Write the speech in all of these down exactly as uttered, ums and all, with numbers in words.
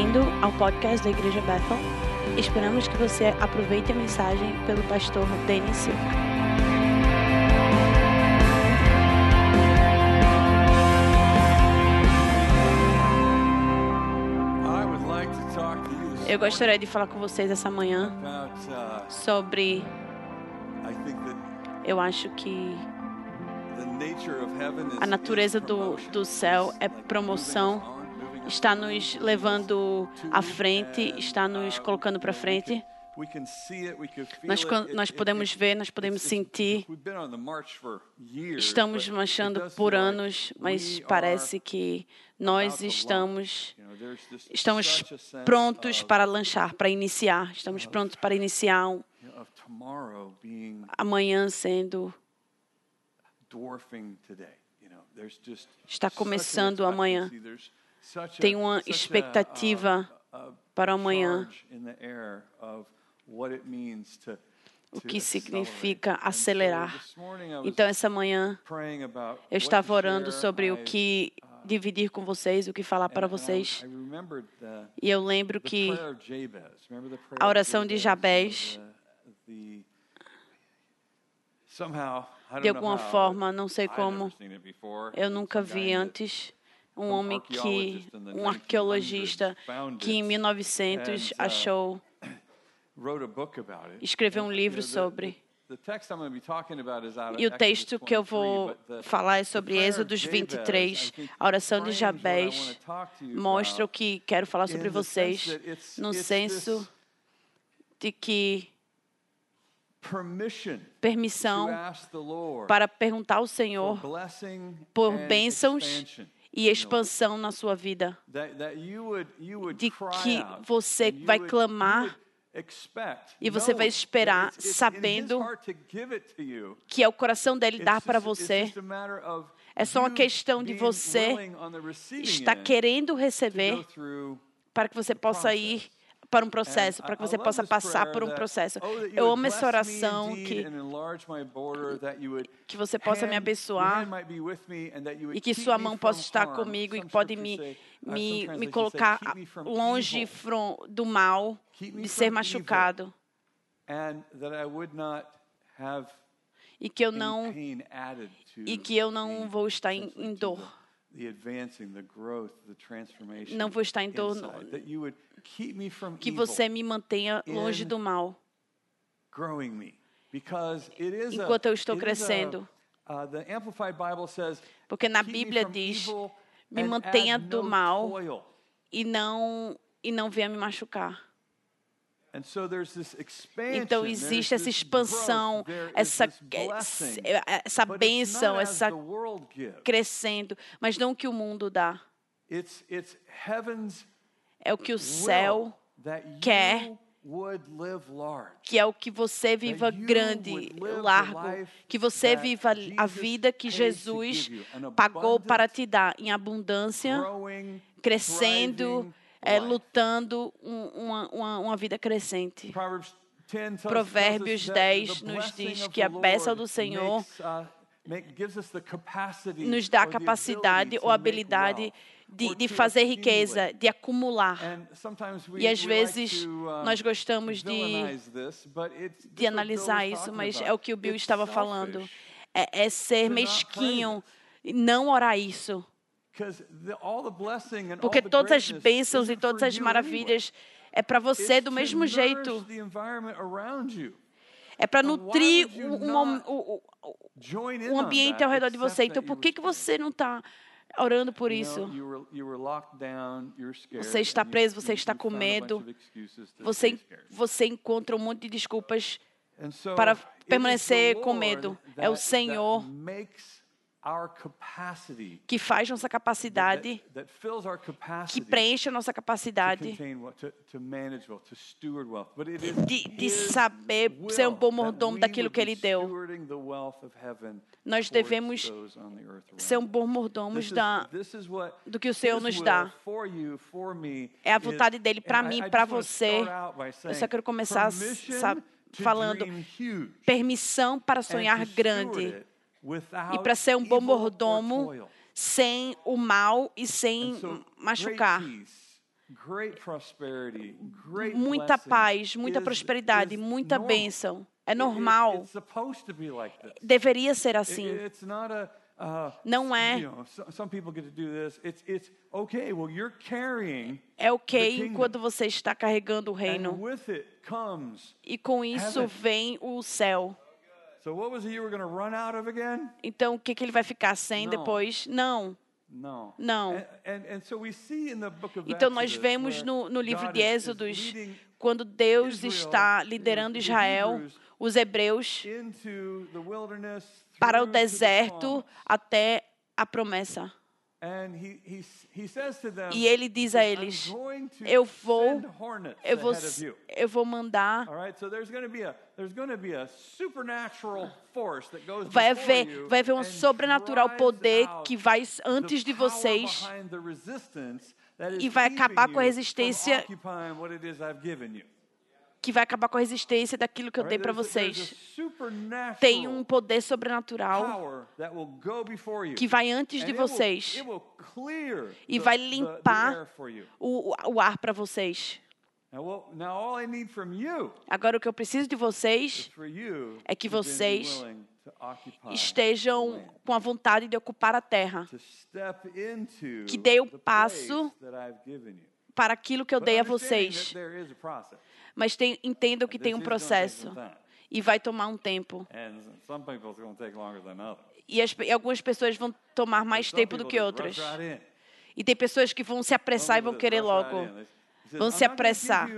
bem-vindo ao podcast da Igreja Bethel. Esperamos que você aproveite a mensagem pelo pastor Denis Silva. Eu gostaria de falar com vocês essa manhã sobre, eu acho que a natureza do, do céu é promoção, está nos levando à frente, está nos colocando para frente. Nós, nós podemos ver, nós podemos sentir. Estamos marchando por anos, mas parece que nós estamos, estamos prontos para lançar, para iniciar. Estamos prontos para iniciar um, amanhã sendo... Está começando amanhã. Tem uma expectativa para amanhã. O que significa acelerar. Então, essa manhã, eu estava orando sobre o que dividir com vocês, o que falar para vocês. E eu lembro que a oração de Jabez, de alguma forma, não sei como, eu nunca vi antes, um homem que, um arqueologista que em mil e novecentos achou, escreveu um livro sobre. E o texto que eu vou falar é sobre Êxodos vinte e três. A oração de Jabez mostra o que quero falar sobre vocês, no senso de que permissão para perguntar ao Senhor por bênçãos e expansão na sua vida, de que você vai clamar e você vai esperar, sabendo que é o coração dele dar para você. É só uma questão de você estar querendo receber para que você possa ir para um processo, para que você possa passar por um processo. Eu amo essa oração que, que você possa me abençoar e que sua mão possa estar comigo e pode me, me, me colocar longe do mal, de ser machucado. E que eu não, e que eu não vou estar em, em dor. Não vou estar em dor. Que você me mantenha longe do mal. Enquanto eu estou crescendo. Porque na Bíblia diz, me mantenha do mal e não, e não venha me machucar. Então existe essa expansão, essa, essa bênção, essa crescendo, mas não o que o mundo dá. É o que o céu quer, que é o que você viva grande, largo, que você viva a vida que Jesus pagou para te dar em abundância, crescendo, É, lutando um, uma, uma, uma vida crescente. Provérbios dez nos diz que a bênção do Senhor nos dá a capacidade ou habilidade de, de fazer riqueza, de acumular. E às vezes nós gostamos de, de analisar isso, mas é o que o Bill estava falando. É, é ser mesquinho, não orar isso. Porque todas as bênçãos e todas as maravilhas é para você do mesmo jeito. É para nutrir o, o, o ambiente ao redor de você. Então, por que, que você não está orando por isso? Você está preso, você está com medo. Você, você encontra um monte de desculpas para permanecer com medo. É o Senhor que faz nossa capacidade, que preenche a nossa capacidade de, de saber ser um bom mordomo daquilo que Ele deu. Nós devemos ser um bom mordomo da, do que o Senhor nos dá. É a vontade dEle para mim, para você. Eu só quero começar sabe, falando permissão para sonhar grande. E para ser um bom mordomo, sem o mal e sem machucar. muita paz, muita prosperidade, muita bênção. É normal. Deveria ser assim. Não é. É ok quando você está carregando o reino. E com isso vem o céu. Então, o que, que ele vai ficar sem depois? Não. Não. Não. Então, nós vemos no, no livro de Êxodos, quando Deus está liderando Israel, os hebreus, para o deserto até a promessa. E ele diz a eles, eu vou, eu vou, eu vou mandar. Vai haver, vai haver um sobrenatural poder que vai antes de vocês e vai acabar com a resistência. Que vai acabar com a resistência daquilo que eu dei para vocês. Tem um poder sobrenatural que vai antes de vocês e vai limpar o, o ar para vocês. Agora, o que eu preciso de vocês é que vocês estejam com a vontade de ocupar a terra, que dê o passo para aquilo que eu dei a vocês. Mas tem, entendam que tem um processo e vai tomar um tempo. E, as, e algumas pessoas vão tomar mais tempo do que outras. E tem pessoas que vão se apressar e vão querer logo. Vão se apressar.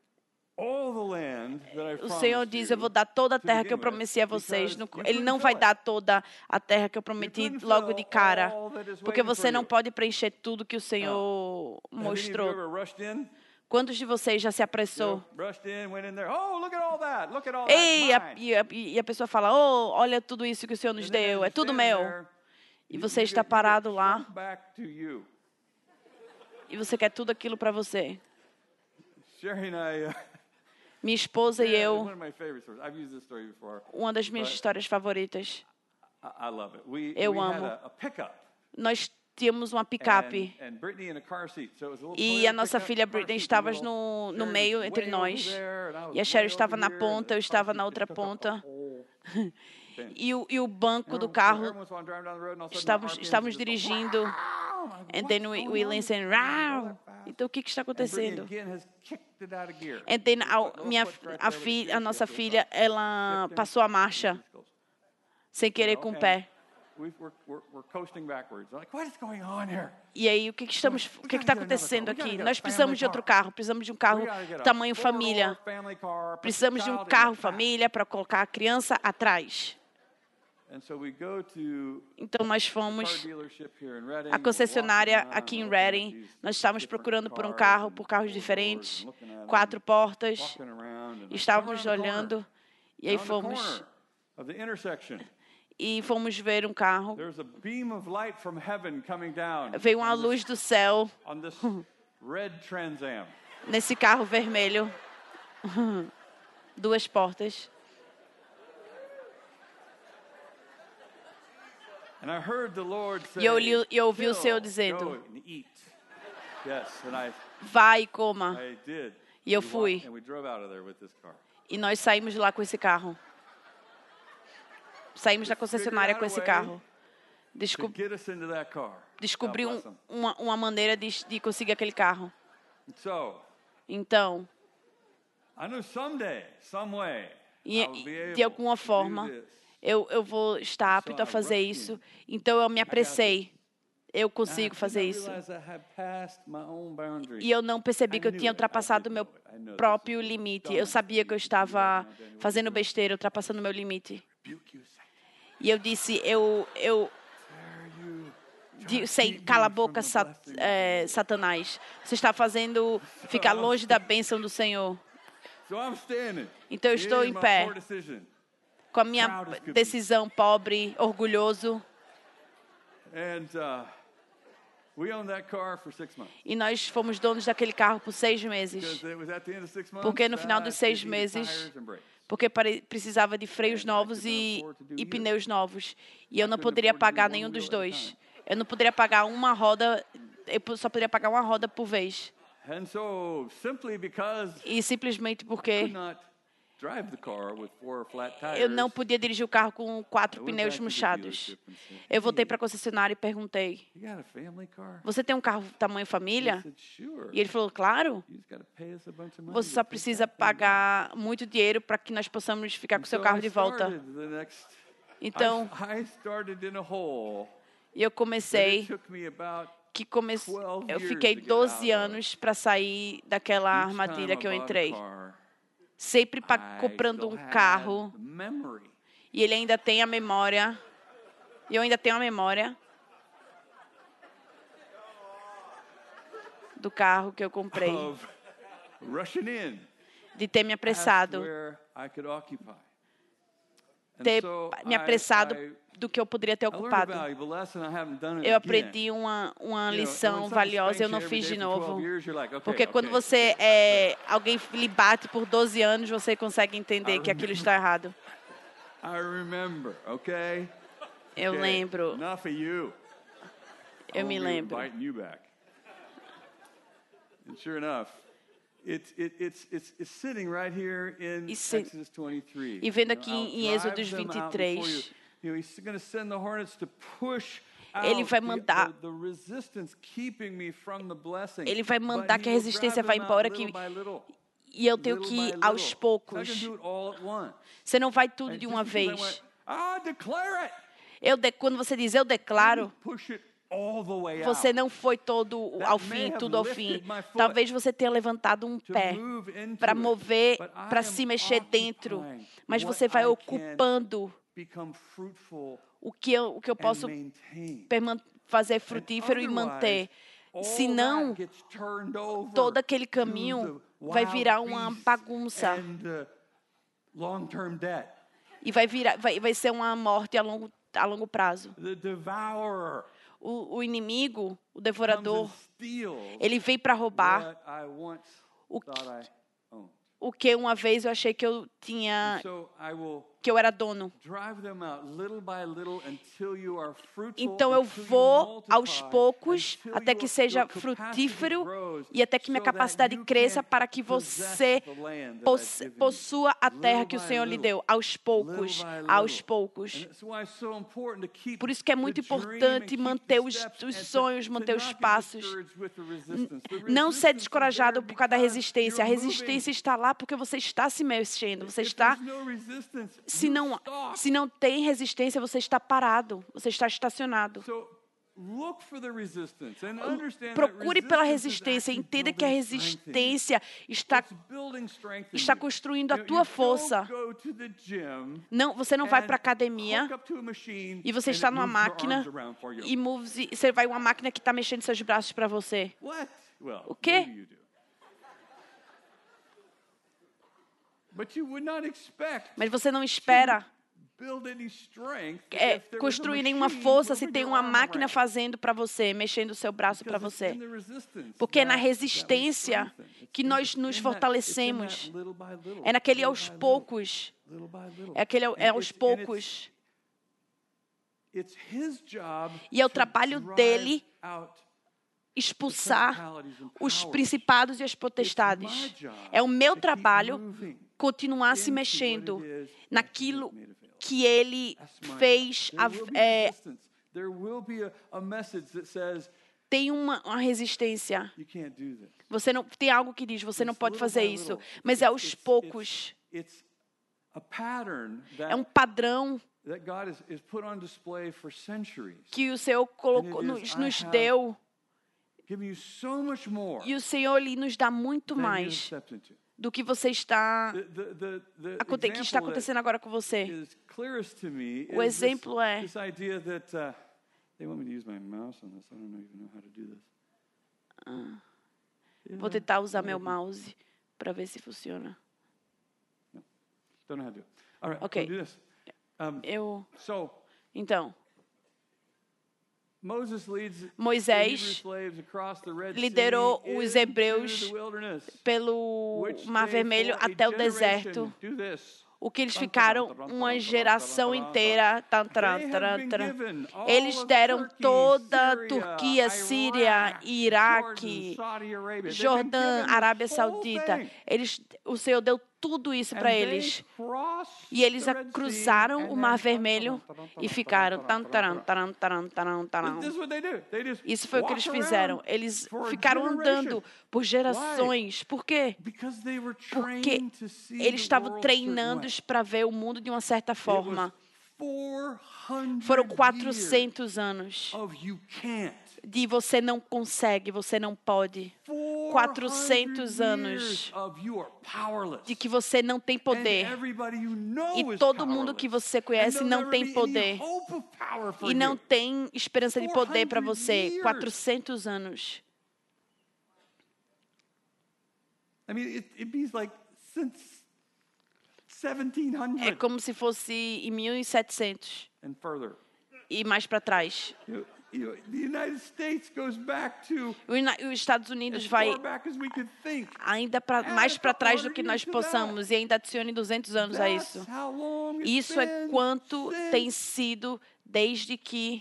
O Senhor diz, eu vou dar toda a terra que eu prometi a vocês. Ele não vai dar toda a terra que eu prometi logo de cara. Porque você não pode preencher tudo que o Senhor mostrou. Quantos de vocês já se apressou? Ei, a, e, a, e a pessoa fala, oh, olha tudo isso que o Senhor nos deu, é tudo meu. E você está parado lá. E você quer tudo aquilo para você. Minha esposa e eu, uma das minhas histórias favoritas. Eu amo. Nós tínhamos uma picape. E a nossa filha Britney estava no, no meio entre nós. E a Sherry estava na ponta, eu estava na outra ponta. E o, e o banco do carro, estávamos, estávamos dirigindo. And then we, we listen, Row! Então, o que, que está acontecendo? And then a, minha, a, fi, a nossa filha, ela passou a marcha, sem querer com o pé. E aí, o que, que estamos, o que está acontecendo aqui? Nós precisamos de outro carro, precisamos de um carro tamanho família. Precisamos de um carro família para colocar a criança atrás. Então, nós fomos à concessionária aqui em Reading. Nós estávamos procurando por um carro, por carros diferentes, quatro portas. Estávamos olhando e aí fomos... E fomos ver um carro. Veio uma luz do céu nesse carro vermelho. Duas portas. E eu, li, eu ouvi o Senhor dizendo, vai e coma. E eu fui. E nós saímos de lá com esse carro. Saímos da concessionária com esse carro. Descob... Descobri um, uma, uma maneira de, de conseguir aquele carro. Então, e, de alguma forma, eu, eu vou estar apto a fazer isso. Então, eu me apressei. Eu consigo fazer isso. E eu não percebi que eu tinha ultrapassado o meu próprio limite. Eu sabia que eu estava fazendo besteira, ultrapassando o meu limite. E eu disse, eu, eu sei, cala a boca, sat, é, Satanás. Você está fazendo ficar longe da bênção do Senhor. Então eu estou em pé, com a minha decisão pobre, orgulhoso. E nós fomos donos daquele carro por seis meses. Porque no final dos seis meses... Porque precisava de freios novos e, e pneus novos. E eu não poderia pagar nenhum dos dois. Eu não poderia pagar uma roda, eu só poderia pagar uma roda por vez. E simplesmente porque eu não podia dirigir o carro com quatro pneus murchados. Eu voltei para a concessionária e perguntei, você tem um carro tamanho família? E ele falou, claro. Você só precisa pagar muito dinheiro para que nós possamos ficar com o seu carro de volta. Então, eu comecei, que comece, eu fiquei doze anos para sair daquela armadilha que eu entrei. Sempre comprando um carro, e ele ainda tem a memória, e eu ainda tenho a memória do carro que eu comprei, de ter me apressado, ter me apressado do que eu poderia ter ocupado. Eu aprendi uma, uma lição valiosa e eu não fiz de novo. Porque quando você é, alguém lhe bate por doze anos, você consegue entender que aquilo está errado. Eu lembro. Eu me lembro. It's, it, it's, it's, it's sitting right here in e, se, Exodus twenty-three. E vendo aqui em Êxodos vinte e três, ele vai mandar, ele vai mandar que a resistência vá embora, que, e eu tenho que ir aos poucos. Você não vai tudo de uma vez. Eu de, quando você diz eu declaro, você não foi todo ao fim, tudo ao fim. Talvez você tenha levantado um pé para mover, para se mexer dentro, mas você vai ocupando o que eu, o que eu posso fazer frutífero e manter. Senão, todo aquele caminho vai virar uma bagunça. E vai, virar, vai, vai ser uma morte a longo, a longo prazo. O, o inimigo, o devorador, ele veio para roubar o que, o que uma vez eu achei que eu tinha, que eu era dono. Então eu vou aos poucos até que seja frutífero e até que minha capacidade cresça para que você possua a terra que o Senhor lhe deu. Aos poucos, aos poucos. Por isso que é muito importante manter os, os sonhos, manter os passos. Não ser descorajado por causa da resistência. A resistência está lá porque você está se mexendo. Você está... Se não, se não tem resistência, você está parado, você está estacionado. Procure pela resistência, entenda que a resistência está, está construindo a tua força. Não, você não vai para a academia e você está numa máquina e moves, você vai uma máquina que está mexendo seus braços para você. O quê? Mas você não espera é, construir nenhuma força se tem uma máquina fazendo para você, mexendo o seu braço para você. Porque é na resistência que nós nos fortalecemos. É naquele aos poucos. É aquele é aos poucos. E é o trabalho dele expulsar os principados e as potestades. É o meu trabalho continuar se mexendo naquilo que ele fez. É, tem uma, uma resistência. Você não tem algo que diz, você não pode fazer isso, mas é aos poucos. É um padrão que o Senhor colocou, nos, nos deu. E o Senhor lhe nos dá muito mais do que você está que está acontecendo agora com você. O exemplo é ah, vou tentar usar meu mouse para ver se funciona. Ok. Eu então Moisés liderou os hebreus pelo Mar Vermelho até o deserto. o que eles ficaram uma geração inteira. Eles deram toda a Turquia, Síria, Iraque, Jordã, Arábia Saudita. Eles, o Senhor deu tudo isso para eles. E eles cruzaram o Mar Vermelho e ficaram. Isso foi o que eles fizeram. Eles ficaram andando por gerações. Por quê? Porque eles estavam treinando para ver o mundo de uma certa forma. Foram quatrocentos anos de você não consegue, você não pode. quatrocentos anos de que você não tem poder. E todo mundo que você conhece não tem poder. E não tem esperança de poder para você. quatrocentos anos. É como se fosse em mil e setecentos. E mais para trás. Os Estados Unidos vai ainda pra, mais para trás do que nós possamos e ainda adicione duzentos anos a isso. Isso é quanto tem sido desde que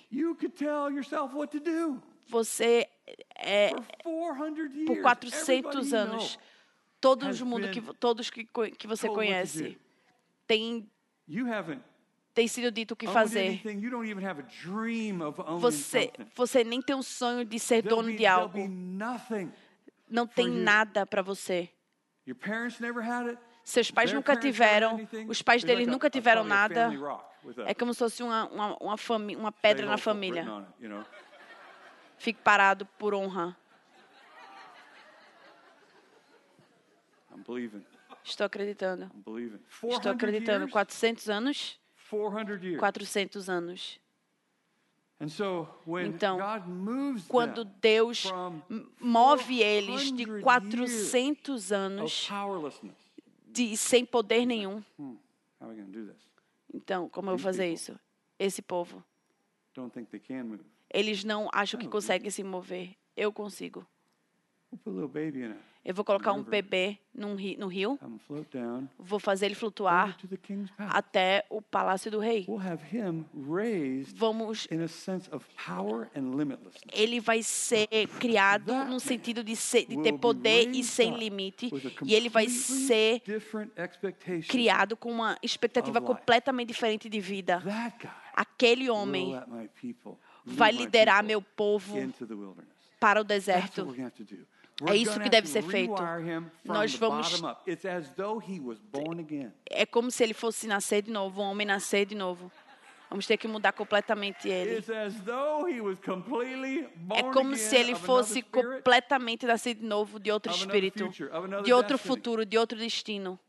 você é por quatrocentos anos. Todo mundo que todos que que você conhece tem tem sido dito o que fazer. Você, você nem tem um sonho de ser dono de algo. Não tem nada para você. Seus pais nunca tiveram, os pais deles nunca tiveram nada. É como se fosse uma, uma, uma, fami- uma pedra na família. Fique parado por honra. Estou acreditando. Estou acreditando. quatrocentos anos? quatrocentos anos. Então, quando Deus move eles de quatrocentos anos de, sem poder nenhum. Então, como eu vou fazer isso? Esse povo, eles não acham que conseguem se mover. Eu consigo. Eu vou colocar um bebê num rio, no rio, vou fazer ele flutuar até o palácio do rei. Vamos, ele vai ser criado no sentido de, ser, de ter poder e sem limite, e ele vai ser criado com uma expectativa completamente diferente de vida. Aquele homem vai liderar meu povo para o deserto. É isso que deve ser feito. Nós vamos. É como se ele fosse nascer de novo, um homem nascer de novo. Vamos ter que mudar completamente ele. É como se ele fosse completamente nascido de novo de outro espírito, de outro futuro, de outro destino.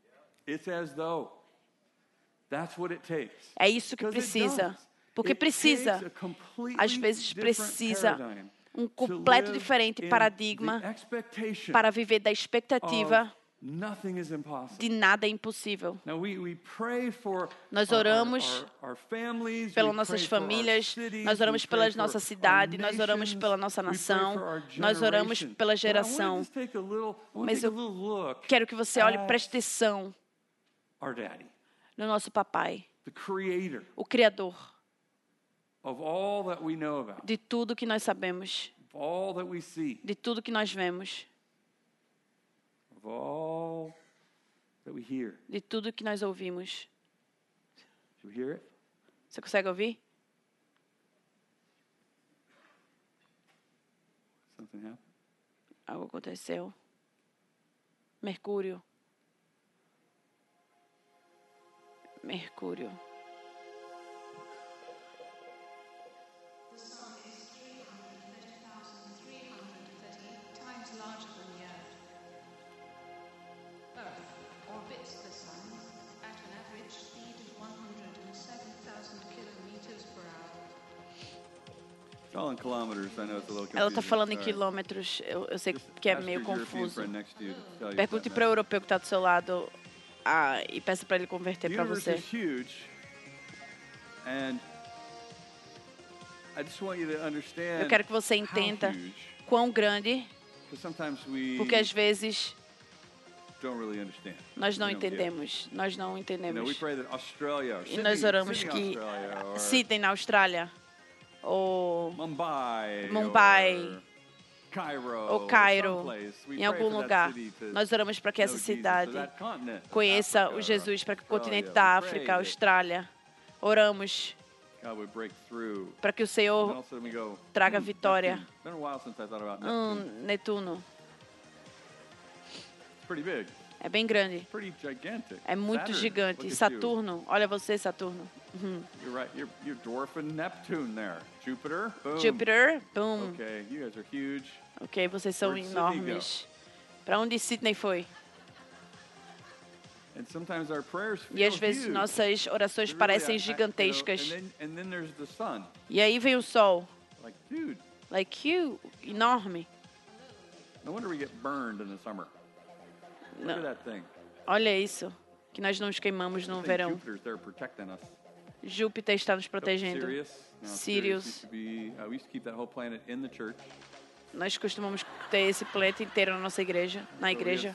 É isso que precisa. Porque precisa. Às vezes precisa. Um completo diferente paradigma para viver da expectativa de nada é impossível. Nós oramos pelas nossas famílias, nós oramos pela nossa cidade, nós oramos pela nossa nação, nós oramos pela geração. Mas eu quero que você olhe, preste atenção no nosso papai, o Criador. De tudo que nós sabemos, de tudo que nós vemos, de tudo que nós ouvimos. Você consegue ouvir? Algo aconteceu. Mercúrio. Mercúrio. Ela está falando em quilômetros, eu, eu sei que é meio confuso. Pergunte para o europeu que está do seu lado ah, e peça para ele converter para você. Eu quero que você entenda quão grande, porque às vezes Nós não entendemos. Nós não entendemos. E nós oramos que Sydney, na Austrália, ou Mumbai, ou Cairo, em algum lugar. Nós oramos para que essa cidade conheça o Jesus, para que o continente da África, Austrália. Oramos para que o Senhor traga vitória. Hum, Netuno. É bem grande. É muito gigante. Saturno. Olha você, Saturno. Uhum. Júpiter. Boom. Ok, vocês são enormes. Para onde Sydney foi? E às vezes nossas orações parecem gigantescas. E aí vem o sol. Like you, enorme. Não. Olha isso, que nós não nos queimamos no verão. Júpiter está nos protegendo. Sirius. Nós costumamos ter esse planeta inteiro na nossa igreja, na igreja.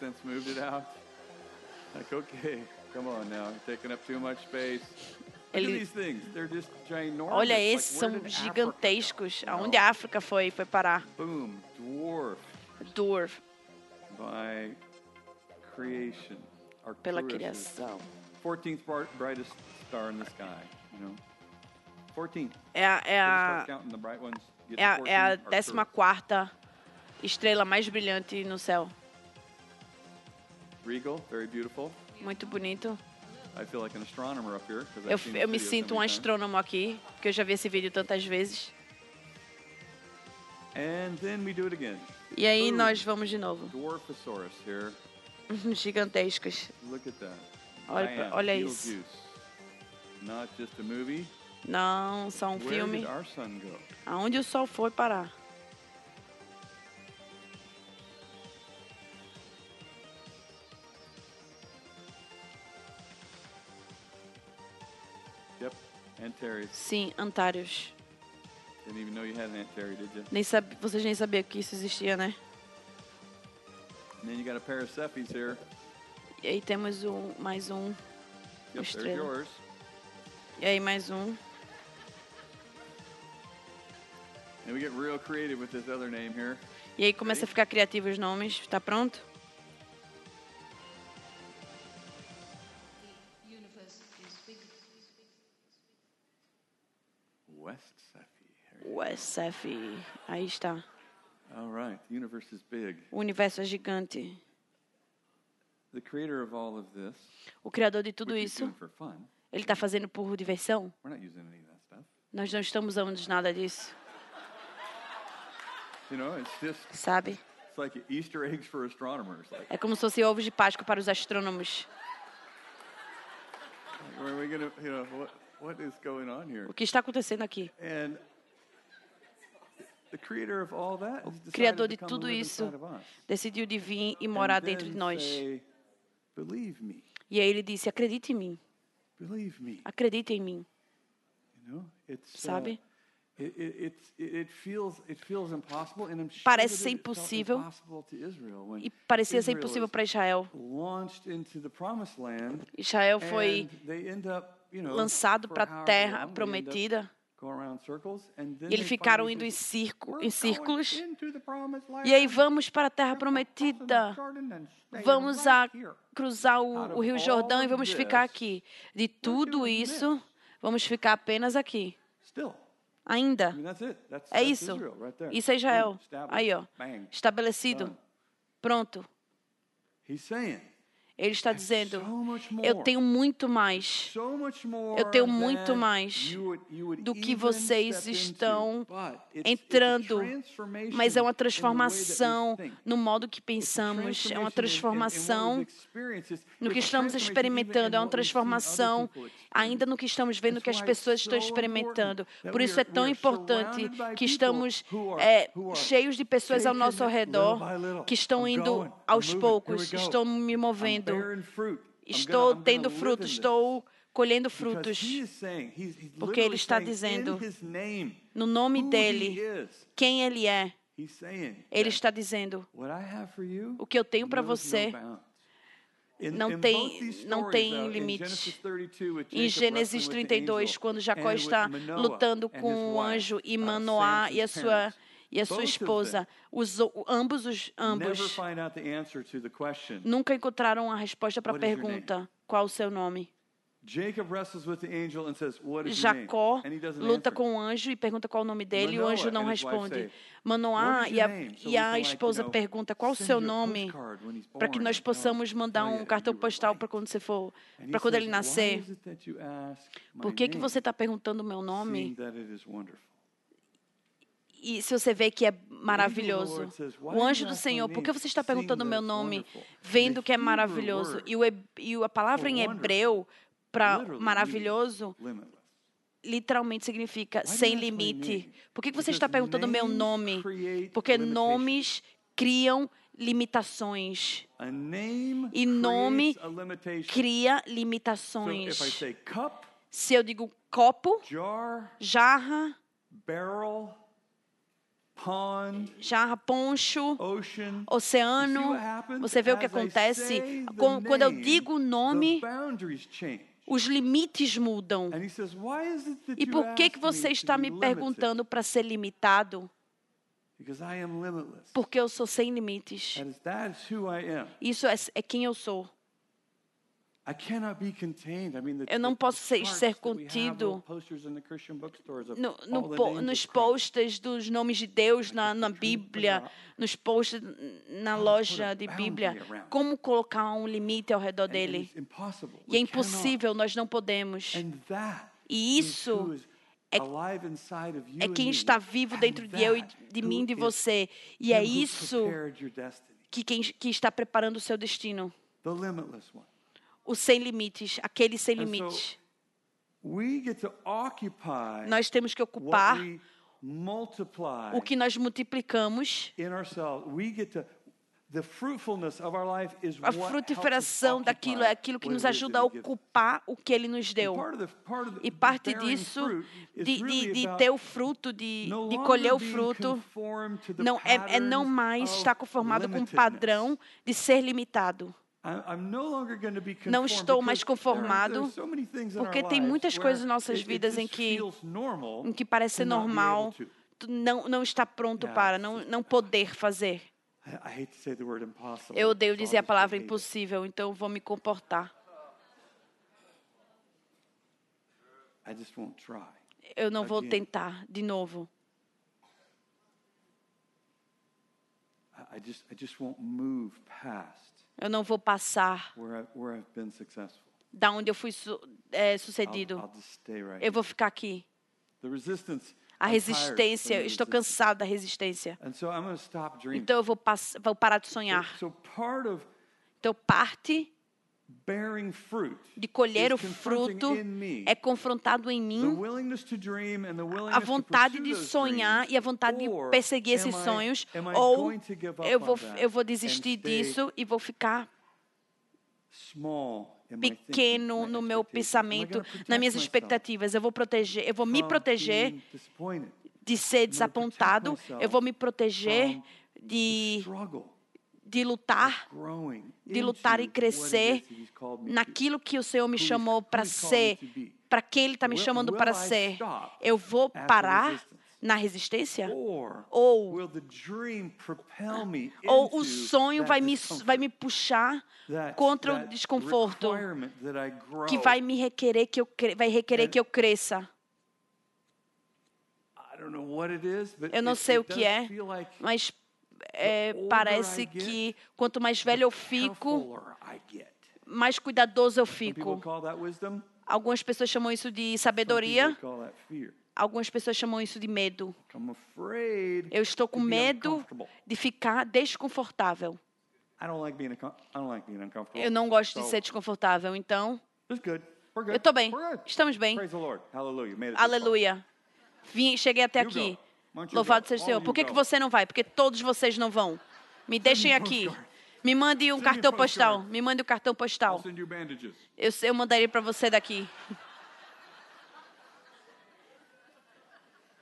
Ele... Olha, esses são gigantescos. Aonde a África foi, foi parar? Dwarf. Pela criação. É a, é a, é a, é a décima quarta estrela mais brilhante no céu. Muito bonito. Eu, eu me sinto um astrônomo aqui, porque eu já vi esse vídeo tantas vezes. E aí nós vamos de novo. Gigantescos. Olha, olha isso. Não só um filme. Aonde o sol foi parar? Sim, Antares. Nem sabe, vocês nem sabiam que isso existia, né? E aí temos um, mais um. Estrela. E aí mais um. E aí começa a ficar criativo os nomes. Tá pronto? West Cephei. Aí está. All right. The universe is big. O universo é gigante. The creator of all of this, o criador de tudo isso, fun, ele está fazendo por diversão. We're not using any of that stuff. Nós não estamos usando nada disso. You know, it's just, Sabe? It's like Easter eggs for astronomers. Like, é como se fosse ovos de Páscoa para os astrônomos. Where are we gonna, you know, what, what is going on here? O que está acontecendo aqui? And o Criador de tudo isso decidiu de vir e morar dentro de nós. E aí ele disse, acredite em mim. Acredite em mim. Sabe? Parece ser impossível. E parecia ser impossível para Israel. Israel foi lançado para a terra prometida. E eles ficaram indo em, circo, em círculos. E aí vamos para a terra prometida. Vamos a cruzar o, o Rio Jordão e vamos ficar aqui. De tudo isso, vamos ficar apenas aqui. Ainda. É isso. Isso é Israel. Aí, ó. Estabelecido. Pronto. Ele está dizendo, eu tenho muito mais, eu tenho muito mais do que vocês estão entrando, mas é uma transformação no modo que pensamos, é uma transformação no que estamos experimentando, é uma transformação ainda no que estamos vendo que as pessoas estão experimentando. Por isso é tão importante que estamos é, cheios de pessoas ao nosso redor que estão indo aos poucos, estão me movendo. Estou tendo frutos, estou colhendo frutos. Porque Ele está dizendo, no nome dEle, quem Ele é. Ele está dizendo, o que eu tenho para você Não tem, não tem limite. Em Gênesis trinta e dois, quando Jacó está lutando com o anjo e Manoá e a sua, e a sua esposa, os, ambos, os, ambos nunca encontraram a resposta para a pergunta, qual o seu nome? Jacó luta com o anjo e pergunta qual o nome dele, e o anjo não responde. Manoá e a, e a esposa pergunta qual o seu nome, para que nós possamos mandar um cartão postal para quando você for, para quando ele nascer. Por que que você está perguntando o meu nome? E se você vê que é maravilhoso. O anjo do Senhor, por que você está perguntando o meu nome, vendo que é maravilhoso? E, o, e a palavra em hebreu para maravilhoso literalmente significa sem limite. Por que você está perguntando o meu nome? Porque nomes criam limitações. E nome cria limitações. Se eu digo copo, jarra, jarra, poncho, oceano, você vê o que acontece? Quando eu digo o nome, os limites mudam. E por que que você está me perguntando para ser limitado? Porque eu sou sem limites. Isso é, é quem eu sou. Eu não posso ser, ser contido no, no, nos posters dos nomes de Deus na, na Bíblia, nos posters na loja de Bíblia. Como colocar um limite ao redor dele? E é impossível, nós não podemos. E isso é, é quem está vivo dentro de eu e de mim e de você. E é isso que, quem, que está preparando o seu destino. O sem limites, aquele sem limites. Nós temos que ocupar o que nós multiplicamos. A frutificação daquilo é aquilo que nos ajuda a ocupar o que Ele nos deu. E parte disso, de, de, de ter o fruto, de, de colher o fruto, não, é, é não mais estar conformado com o padrão de ser limitado. Não estou mais conformado, porque tem muitas coisas em nossas vidas em que, em que parece ser normal, não, não está pronto para, não, não poder fazer. Eu odeio dizer a palavra impossível, então vou me comportar. Eu não vou tentar de novo. Eu não vou passar da onde eu fui su é, sucedido. Eu vou ficar aqui. A resistência, eu estou cansado da resistência. Então eu vou, vou parar de sonhar. Então parte de colher o fruto é confrontado em mim. A vontade de sonhar e a vontade de perseguir esses sonhos. Ou eu vou, eu vou desistir disso e vou ficar pequeno no meu pensamento, nas minhas expectativas. Eu vou proteger, eu vou me proteger de ser desapontado. Eu vou me proteger de de lutar, de lutar e crescer naquilo que o Senhor me chamou para ser, para quem Ele está me chamando para ser. Eu vou parar na resistência? Ou, ou o sonho vai me, vai me puxar contra o desconforto que vai me requerer que eu, vai requerer que eu cresça? Eu não sei o que é, mas É, parece que quanto mais velho eu fico, mais cuidadoso eu fico. Algumas pessoas chamam isso de sabedoria. Algumas pessoas chamam isso de medo. Eu estou com medo de ficar desconfortável. Eu não gosto de ser desconfortável, então eu estou bem. Estamos bem. Aleluia. Vim, cheguei até aqui. Louvado seja o Senhor. Por que, que você não vai? Porque todos vocês não vão. Me deixem aqui. Me mande um cartão postal. Me mande um cartão postal. Eu, eu mandaria para você daqui.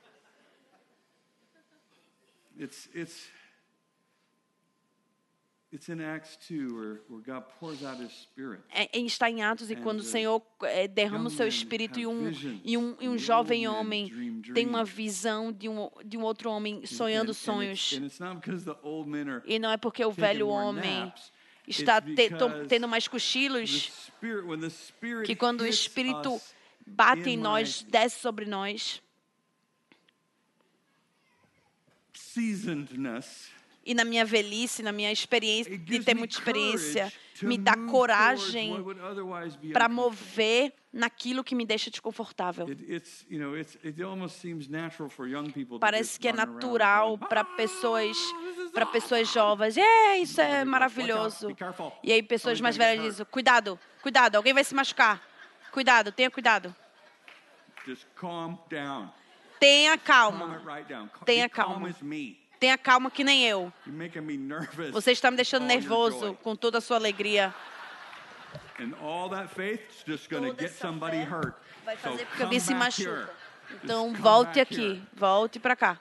It's, it's, Está em Atos e quando o Senhor derrama o seu Espírito e um, e um, e um jovem homem tem uma visão de um, de um outro homem sonhando sonhos. E não é porque o velho homem está te, to, tendo mais cochilos, que quando o Espírito bate em nós, desce sobre nós, e na minha velhice, na minha experiência, de ter muita experiência, me dá coragem para mover naquilo que me deixa desconfortável. Parece que é natural para pessoas, para pessoas jovens. É, isso é maravilhoso. E aí pessoas mais velhas dizem, cuidado, cuidado, alguém vai se machucar. Cuidado, tenha cuidado. Tenha calma. Tenha calma. Tenha calma que nem eu. Você está me deixando nervoso com toda a sua alegria. Toda essa fé vai fazer com que alguém se machuque. Então, volte aqui. Volte para cá.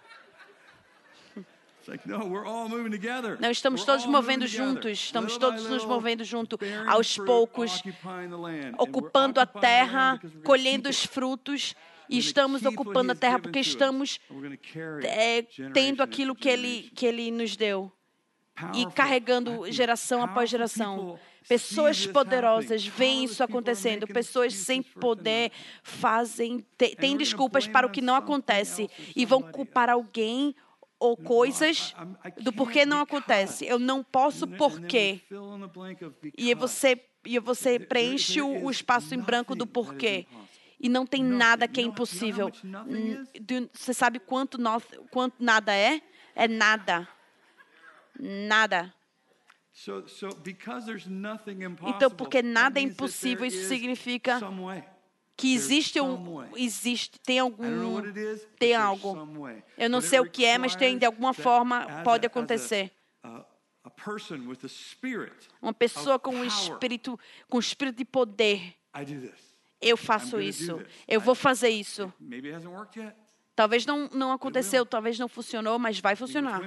Não, estamos todos movendo juntos. Estamos todos nos movendo junto. Aos poucos, ocupando a terra, colhendo os frutos. E estamos ocupando a terra porque estamos é, tendo aquilo que ele, que ele nos deu. E carregando geração após geração. Pessoas poderosas veem isso acontecendo. Pessoas sem poder fazem, têm desculpas para o que não acontece. E vão culpar alguém ou coisas do porquê não acontece. Eu não posso porquê. E você, e você preenche o, o espaço em branco do porquê. E não tem nada que é impossível. Você sabe quanto, nós, quanto nada é? É nada. Nada. Então, porque nada é impossível, isso significa que existe um, existe, tem algum, tem algo. Eu não sei o que é, mas tem de alguma forma pode acontecer. Uma pessoa com um espírito, com um espírito de poder. Eu faço isso. Eu vou fazer isso. Talvez não, não aconteceu, talvez não funcionou, mas vai funcionar.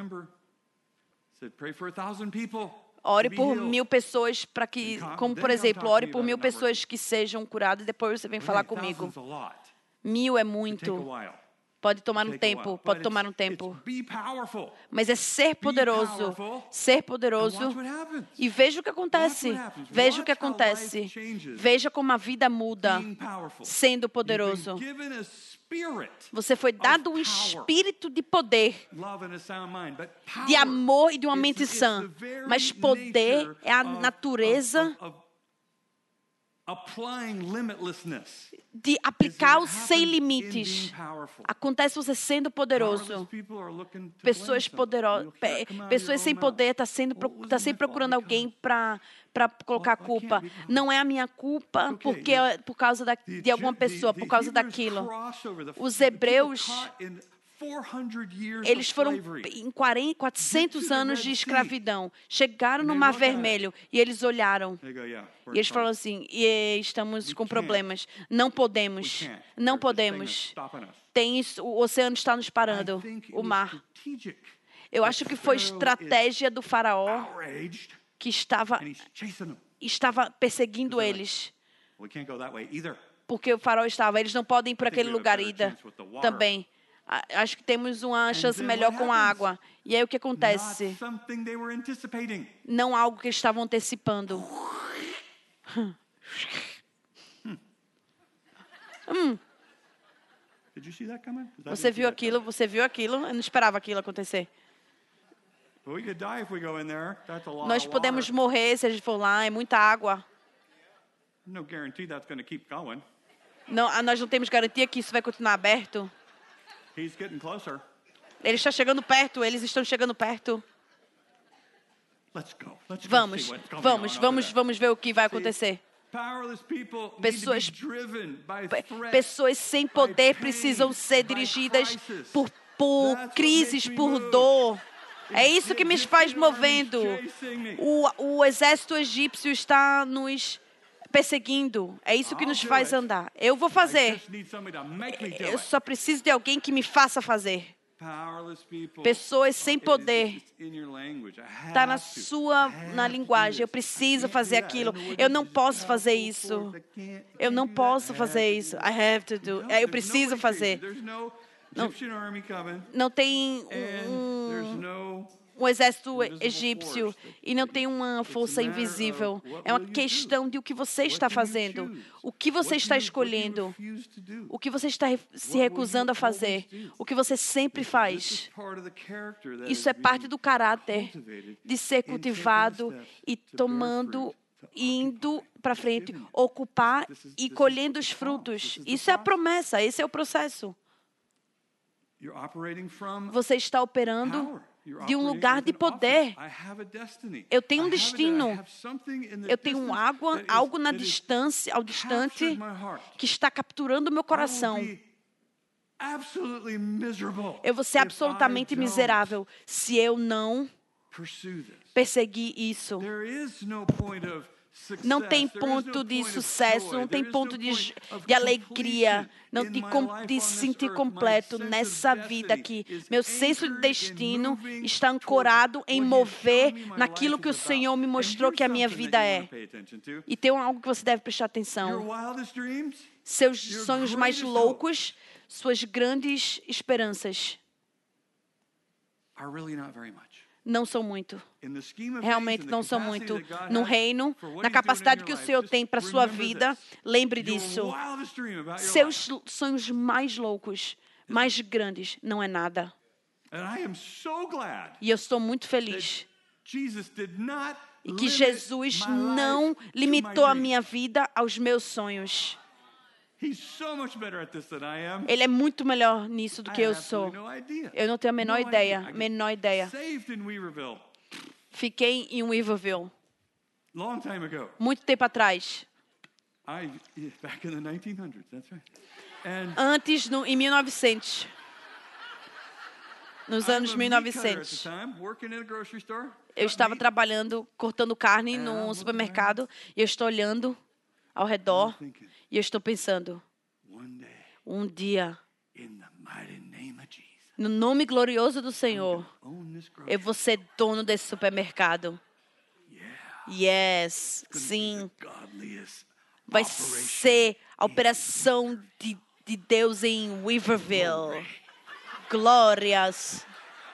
Ore por mil pessoas para que, como por exemplo, ore por mil pessoas que sejam curadas e depois você vem falar comigo. Mil é muito. Pode tomar um tempo, pode tomar um tempo. Mas é ser poderoso, ser poderoso. E veja o que acontece, veja o que acontece. Veja como a vida muda sendo poderoso. Você foi dado um espírito de poder, de amor e de uma mente sã. Mas poder é a natureza de aplicar o sem limites. Acontece você sendo poderoso. Pessoas poderosas, pessoas sem poder estão sendo, tá sempre procurando alguém para para colocar a culpa. Não é a minha culpa porque é por causa da, de alguma pessoa, por causa daquilo. Os hebreus, eles foram em quarenta, quatrocentos anos de escravidão. Chegaram no Mar Vermelho e eles olharam. E eles falaram assim, e estamos com problemas. Não podemos, não podemos. Tem isso, o oceano está nos parando, o mar. Eu acho que foi estratégia do faraó que estava, estava perseguindo eles. Porque o faraó estava, eles não podem ir por aquele lugar ainda também. Acho que temos uma chance melhor com a água. E aí o que acontece? Não algo que eles estavam antecipando. hum. Você viu aquilo? Você viu aquilo? Eu não esperava aquilo acontecer. Nós podemos morrer se a gente for lá, é muita água. Não, nós não temos garantia que isso vai continuar aberto. Ele está chegando perto, eles estão chegando perto. Vamos, vamos, vamos, vamos ver o que vai acontecer. Pessoas, pessoas sem poder precisam ser dirigidas por, por crises, por dor. É isso que me faz movendo. O, o exército egípcio está nos perseguindo. É isso que nos faz andar. Eu vou fazer. Eu só preciso de alguém que me faça fazer. Pessoas sem poder. Está na sua na linguagem. Eu preciso fazer aquilo. Eu não posso fazer isso. Eu não posso fazer isso. I have to do. Eu preciso fazer. Não, não tem um, um exército egípcio e não tem uma força invisível. É uma questão de o que você está fazendo, o que você está escolhendo, o que você está se recusando a fazer, o que você sempre faz. Isso é parte do caráter de ser cultivado e tomando, indo para frente, ocupar e colhendo os frutos. Isso é a promessa, esse é o processo. Você está operando de um lugar de poder. Eu tenho um destino. Eu tenho água, algo na distância, ao distante, que está capturando o meu coração. Eu vou ser absolutamente miserável se eu não perseguir isso. Não tem ponto de sucesso, não tem ponto de, de alegria, não de, de se sentir completo nessa vida aqui. Meu senso de destino está ancorado em mover naquilo que o Senhor me mostrou que a minha vida é. E tem algo que você deve prestar atenção. Seus sonhos mais loucos, suas grandes esperanças não são muito. Realmente não são muito. No reino, na capacidade que o Senhor tem para a sua vida, lembre disso. Seus sonhos mais loucos, mais grandes, não é nada. E eu estou muito feliz. E que Jesus não limitou a minha vida aos meus sonhos. Ele é muito melhor nisso do que eu sou. Eu não tenho a menor ideia, menor ideia. Fiquei em Weaverville. Muito tempo atrás. Antes, no, em mil e novecentos. Nos anos mil e novecentos. Eu estava trabalhando, cortando carne no supermercado. E eu estou olhando ao redor. E eu estou pensando, um dia, no nome glorioso do Senhor, eu vou ser dono desse supermercado. Yes, sim. Vai ser a operação de, de Deus em Weaverville. Glórias.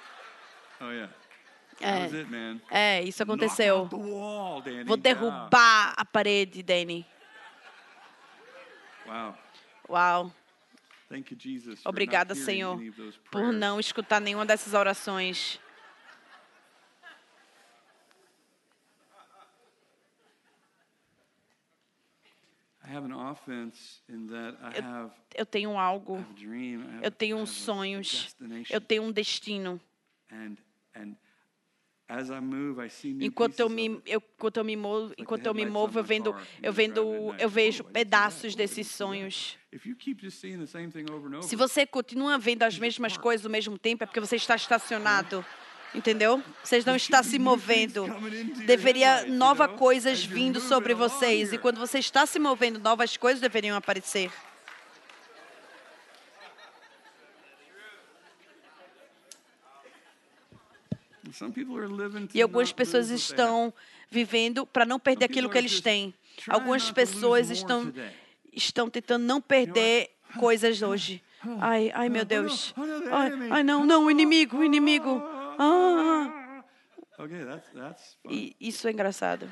É, é, isso aconteceu. Vou derrubar a parede, Danny. Uau. Obrigada, Senhor, por não escutar nenhuma dessas orações. Eu, eu tenho algo. Eu tenho uns sonhos. Eu tenho um destino. Enquanto eu me, eu, enquanto eu me movo, enquanto eu me movo, eu vendo, eu vendo, eu vejo pedaços desses sonhos. Se você continua vendo as mesmas coisas ao mesmo tempo, é porque você está estacionado, entendeu? Você não está se movendo. Deveria novas coisas vindo sobre vocês, e quando você está se movendo, novas coisas deveriam aparecer. E algumas pessoas estão vivendo para não perder aquilo que eles têm. Algumas pessoas estão, estão tentando não perder coisas hoje. Ai, ai meu Deus. Ai, ai não, não, o inimigo, o inimigo. Ah. E isso é engraçado.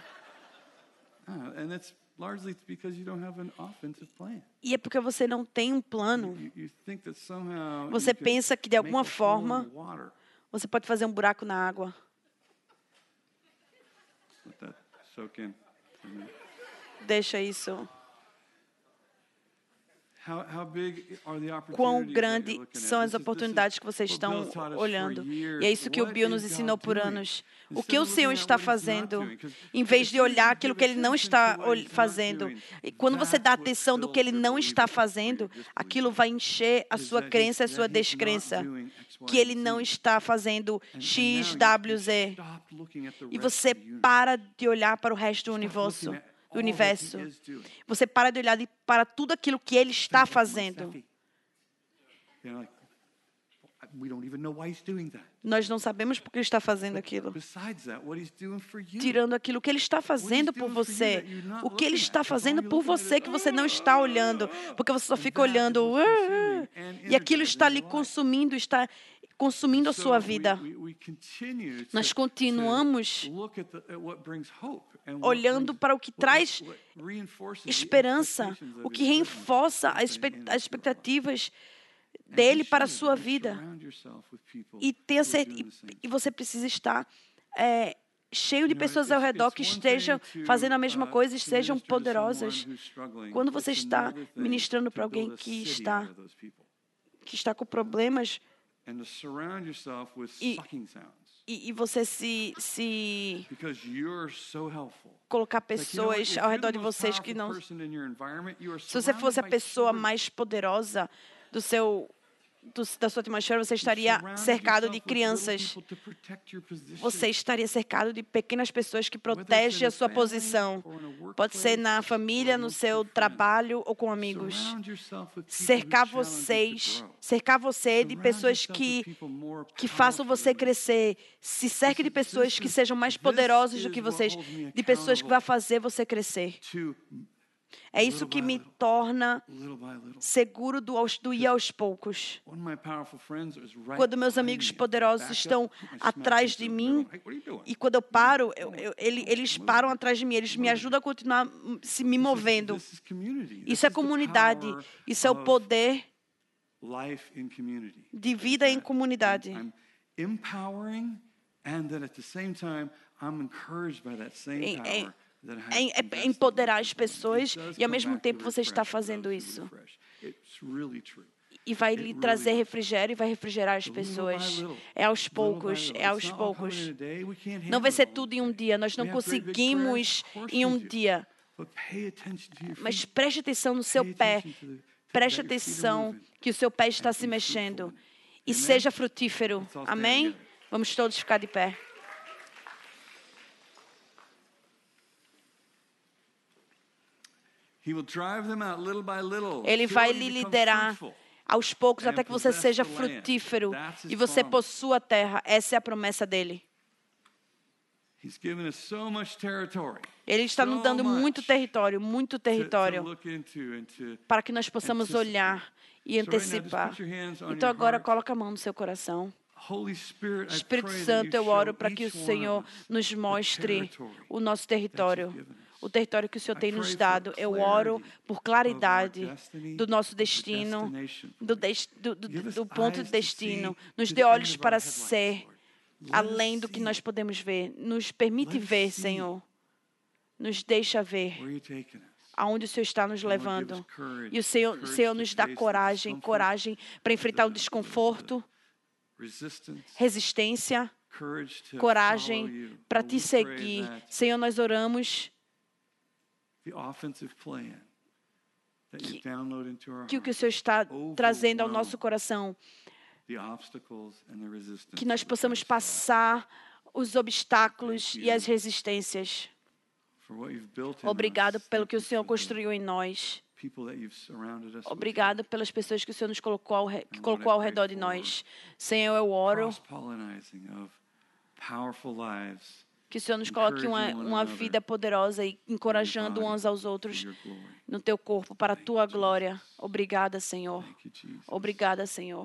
E é porque você não tem um plano. Você pensa que de alguma forma você pode fazer um buraco na água. Deixa isso. Quão grandes são as oportunidades que vocês estão olhando. E é isso que o Bill nos ensinou por anos. O que o Senhor está fazendo, em vez de olhar aquilo que Ele não está fazendo. E quando você dá atenção do que Ele não está fazendo, aquilo vai encher a sua crença e a sua descrença. Que Ele não está fazendo X, W, Z. E você para de olhar para o resto do universo. Do universo. Você para de olhar para tudo aquilo que Ele está fazendo. Nós não sabemos por que Ele está fazendo aquilo. Tirando aquilo que Ele está fazendo por você. O que Ele está fazendo por você que você não está olhando. Porque você só fica olhando. Uh, uh, e aquilo está ali consumindo, está consumindo a sua vida. Nós continuamos olhando para o que traz esperança, o que reforça as expectativas dele para a sua vida. E, ter, e você precisa estar é, cheio de pessoas ao redor que estejam fazendo a mesma coisa e sejam poderosas. Quando você está ministrando para alguém que está, que está com problemas, e, e, e você se, se colocar pessoas ao redor de vocês que não... Se você fosse a pessoa mais poderosa do seu, do, da sua atmosfera, você estaria cercado de crianças. Você estaria cercado de pequenas pessoas que protegem a sua posição. Pode ser na família, no seu trabalho ou com amigos. Cercar vocês, cercar você de pessoas que, que façam você crescer. Se cerque de pessoas que sejam mais poderosas do que vocês, de pessoas que vão fazer você crescer. É isso que me torna seguro do, do ir aos poucos. Quando meus amigos poderosos estão atrás de mim, e quando eu paro, eu, eu, eles param atrás de mim, eles me ajudam a continuar se me movendo. Isso é comunidade, isso é o poder de vida em comunidade. É, É empoderar as pessoas e, ao mesmo tempo, você está fazendo isso. E vai lhe trazer refrigério e vai refrigerar as pessoas. É aos poucos, é aos poucos. Não vai ser tudo em um dia. Nós não conseguimos em um dia. Mas preste atenção no seu pé. Preste atenção que o seu pé está se mexendo. E seja frutífero. Amém? Vamos todos ficar de pé. Ele vai lhe liderar aos poucos até que você seja frutífero e você possua a terra. Essa é a promessa dele. Ele está nos dando muito território, muito território, para que nós possamos olhar e antecipar. Então agora coloca a mão no seu coração. Espírito Santo, eu oro para que o Senhor nos mostre o nosso território. O território que o Senhor tem nos dado. Eu oro por claridade do nosso destino, do, dest, do, do, do ponto de destino. Nos dê olhos para ser além do que nós podemos ver. Nos permite ver, Senhor. Nos deixa ver aonde o Senhor está nos levando. E o Senhor, o Senhor nos dá coragem, coragem para enfrentar o desconforto, resistência, coragem para te seguir. Senhor, nós oramos que, que o que o Senhor está trazendo ao nosso coração, que nós possamos passar os obstáculos e as resistências. Obrigado pelo que o Senhor construiu em nós. Obrigado pelas pessoas que o Senhor nos colocou ao, que colocou ao redor de nós. Senhor, eu oro que o Senhor nos coloque uma, uma vida poderosa e encorajando uns aos outros no teu corpo, para a tua glória. Obrigada, Senhor. Obrigada, Senhor.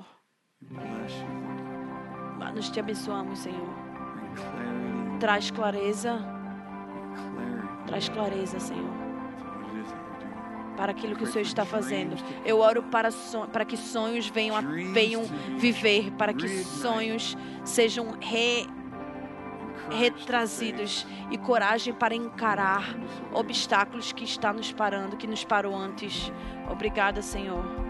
Nós te abençoamos, Senhor. Traz clareza. Traz clareza, Senhor, para aquilo que o Senhor está fazendo. Eu oro para, son- para que sonhos venham, a, venham viver, para que sonhos sejam re- retrazidos e coragem para encarar obstáculos que estão nos parando, que nos parou antes. Obrigada, Senhor.